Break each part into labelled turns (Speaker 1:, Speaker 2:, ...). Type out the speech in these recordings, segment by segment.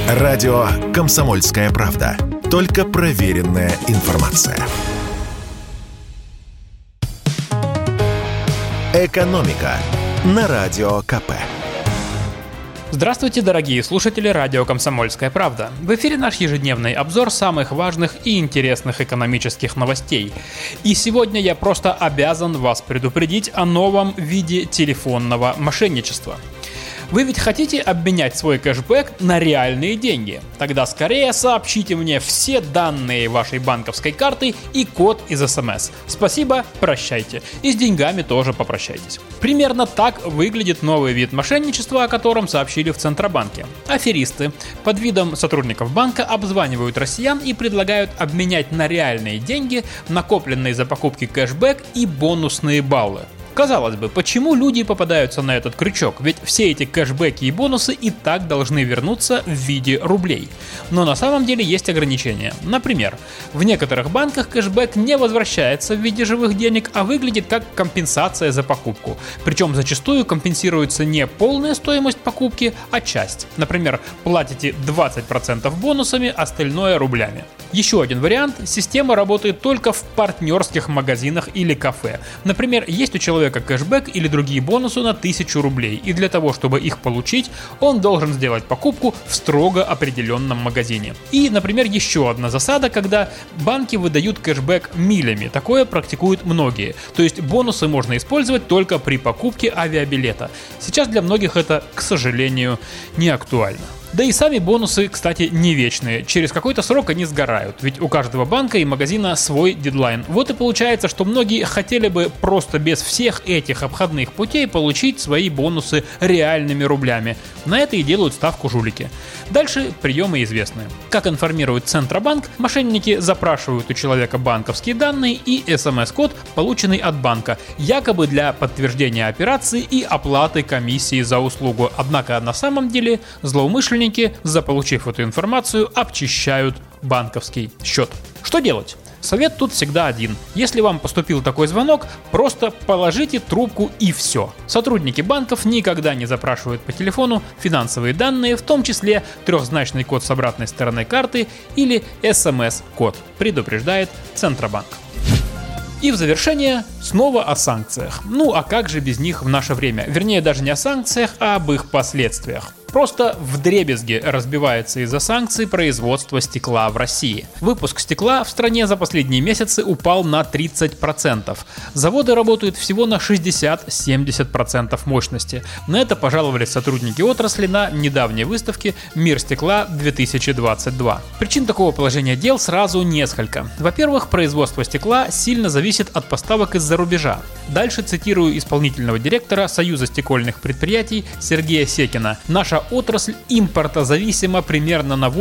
Speaker 1: Радио «Комсомольская правда». Только проверенная информация. «Экономика» на Радио КП.
Speaker 2: Здравствуйте, дорогие слушатели радио «Комсомольская правда». В эфире наш ежедневный обзор самых важных и интересных экономических новостей. И сегодня я просто обязан вас предупредить о новом виде телефонного мошенничества. Вы ведь хотите обменять свой кэшбэк на реальные деньги? Тогда скорее сообщите мне все данные вашей банковской карты и код из СМС. Спасибо, прощайте. И с деньгами тоже попрощайтесь. Примерно так выглядит новый вид мошенничества, о котором сообщили в Центробанке. Аферисты под видом сотрудников банка обзванивают россиян и предлагают обменять на реальные деньги накопленные за покупки кэшбэк и бонусные баллы. Казалось бы, почему люди попадаются на этот крючок? Ведь все эти кэшбэки и бонусы и так должны вернуться в виде рублей. Но на самом деле есть ограничения. Например, в некоторых банках кэшбэк не возвращается в виде живых денег, а выглядит как компенсация за покупку. Причем зачастую компенсируется не полная стоимость покупки, а часть. Например, платите 20% бонусами, остальное рублями. Еще один вариант – система работает только в партнерских магазинах или кафе. Например, есть у человека кэшбэк или другие бонусы на 1000 рублей, и для того, чтобы их получить, он должен сделать покупку в строго определенном магазине. И, например, еще одна засада, когда банки выдают кэшбэк милями. Такое практикуют многие. То есть бонусы можно использовать только при покупке авиабилета. Сейчас для многих это, к сожалению, не актуально. Да и сами бонусы, кстати, не вечные. Через какой-то срок они сгорают, ведь у каждого банка и магазина свой дедлайн. Вот и получается, что многие хотели бы просто без всех этих обходных путей получить свои бонусы реальными рублями. На это и делают ставку жулики. Дальше приемы известны. Как информирует Центробанк, мошенники запрашивают у человека банковские данные и СМС-код, полученный от банка, якобы для подтверждения операции и оплаты комиссии за услугу. Однако на самом деле злоумышленники, заполучив эту информацию, обчищают банковский счет. Что делать? Совет тут всегда один. Если вам поступил такой звонок, просто положите трубку и все. Сотрудники банков никогда не запрашивают по телефону финансовые данные, в том числе трехзначный код с обратной стороны карты или СМС-код, предупреждает Центробанк. И в завершение снова о санкциях. Ну а как же без них в наше время? Вернее, даже не о санкциях, а об их последствиях. Просто вдребезги разбивается из-за санкций производство стекла в России. Выпуск стекла в стране за последние месяцы упал на 30%. Заводы работают всего на 60-70% мощности. На это пожаловались сотрудники отрасли на недавней выставке «Мир стекла-2022». Причин такого положения дел сразу несколько. Во-первых, производство стекла сильно зависит от поставок из-за рубежа. Дальше цитирую исполнительного директора Союза стекольных предприятий Сергея Секина. Наша отрасль импортозависима примерно на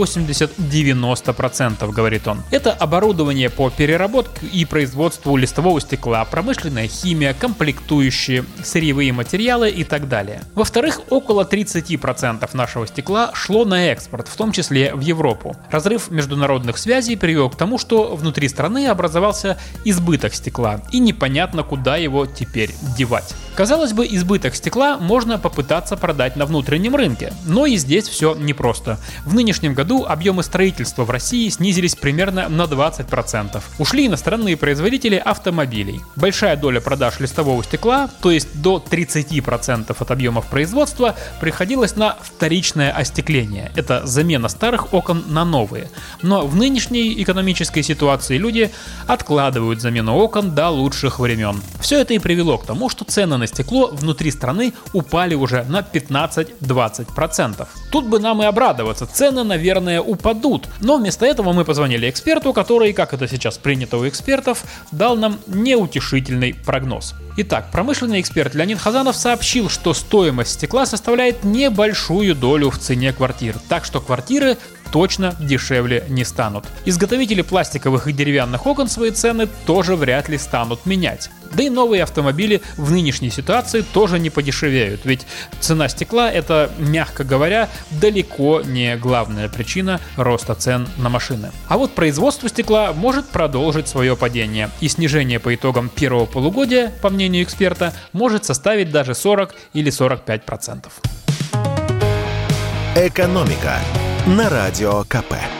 Speaker 2: 80-90%, говорит он. Это оборудование по переработке и производству листового стекла, промышленная химия, комплектующие, сырьевые материалы и так далее. Во-вторых, около 30% нашего стекла шло на экспорт, в том числе в Европу. Разрыв международных связей привел к тому, что внутри страны образовался избыток стекла, и непонятно, куда его теперь девать. Казалось бы, избыток стекла можно попытаться продать на внутреннем рынке. Но и здесь все непросто. В нынешнем году объемы строительства в России снизились примерно на 20%. Ушли иностранные производители автомобилей. Большая доля продаж листового стекла, то есть до 30% от объемов производства, приходилась на вторичное остекление. Это замена старых окон на новые. Но в нынешней экономической ситуации люди откладывают замену окон до лучших времен. Все это и привело к тому, что цены на стекло внутри страны упали уже на 15-20%. Тут бы нам и обрадоваться, цены, наверное, упадут. Но вместо этого мы позвонили эксперту, который, как это сейчас принято у экспертов, дал нам неутешительный прогноз. Итак, промышленный эксперт Леонид Хазанов сообщил, что стоимость стекла составляет небольшую долю в цене квартир, так что квартиры точно дешевле не станут. Изготовители пластиковых и деревянных окон свои цены тоже вряд ли станут менять. Да и новые автомобили в нынешней ситуации тоже не подешевеют, ведь цена стекла — это, мягко говоря, далеко не главная причина роста цен на машины. А вот производство стекла может продолжить свое падение, и снижение по итогам первого полугодия, по мнению эксперта, может составить даже 40 или 45%.
Speaker 1: Экономика на Радио КП.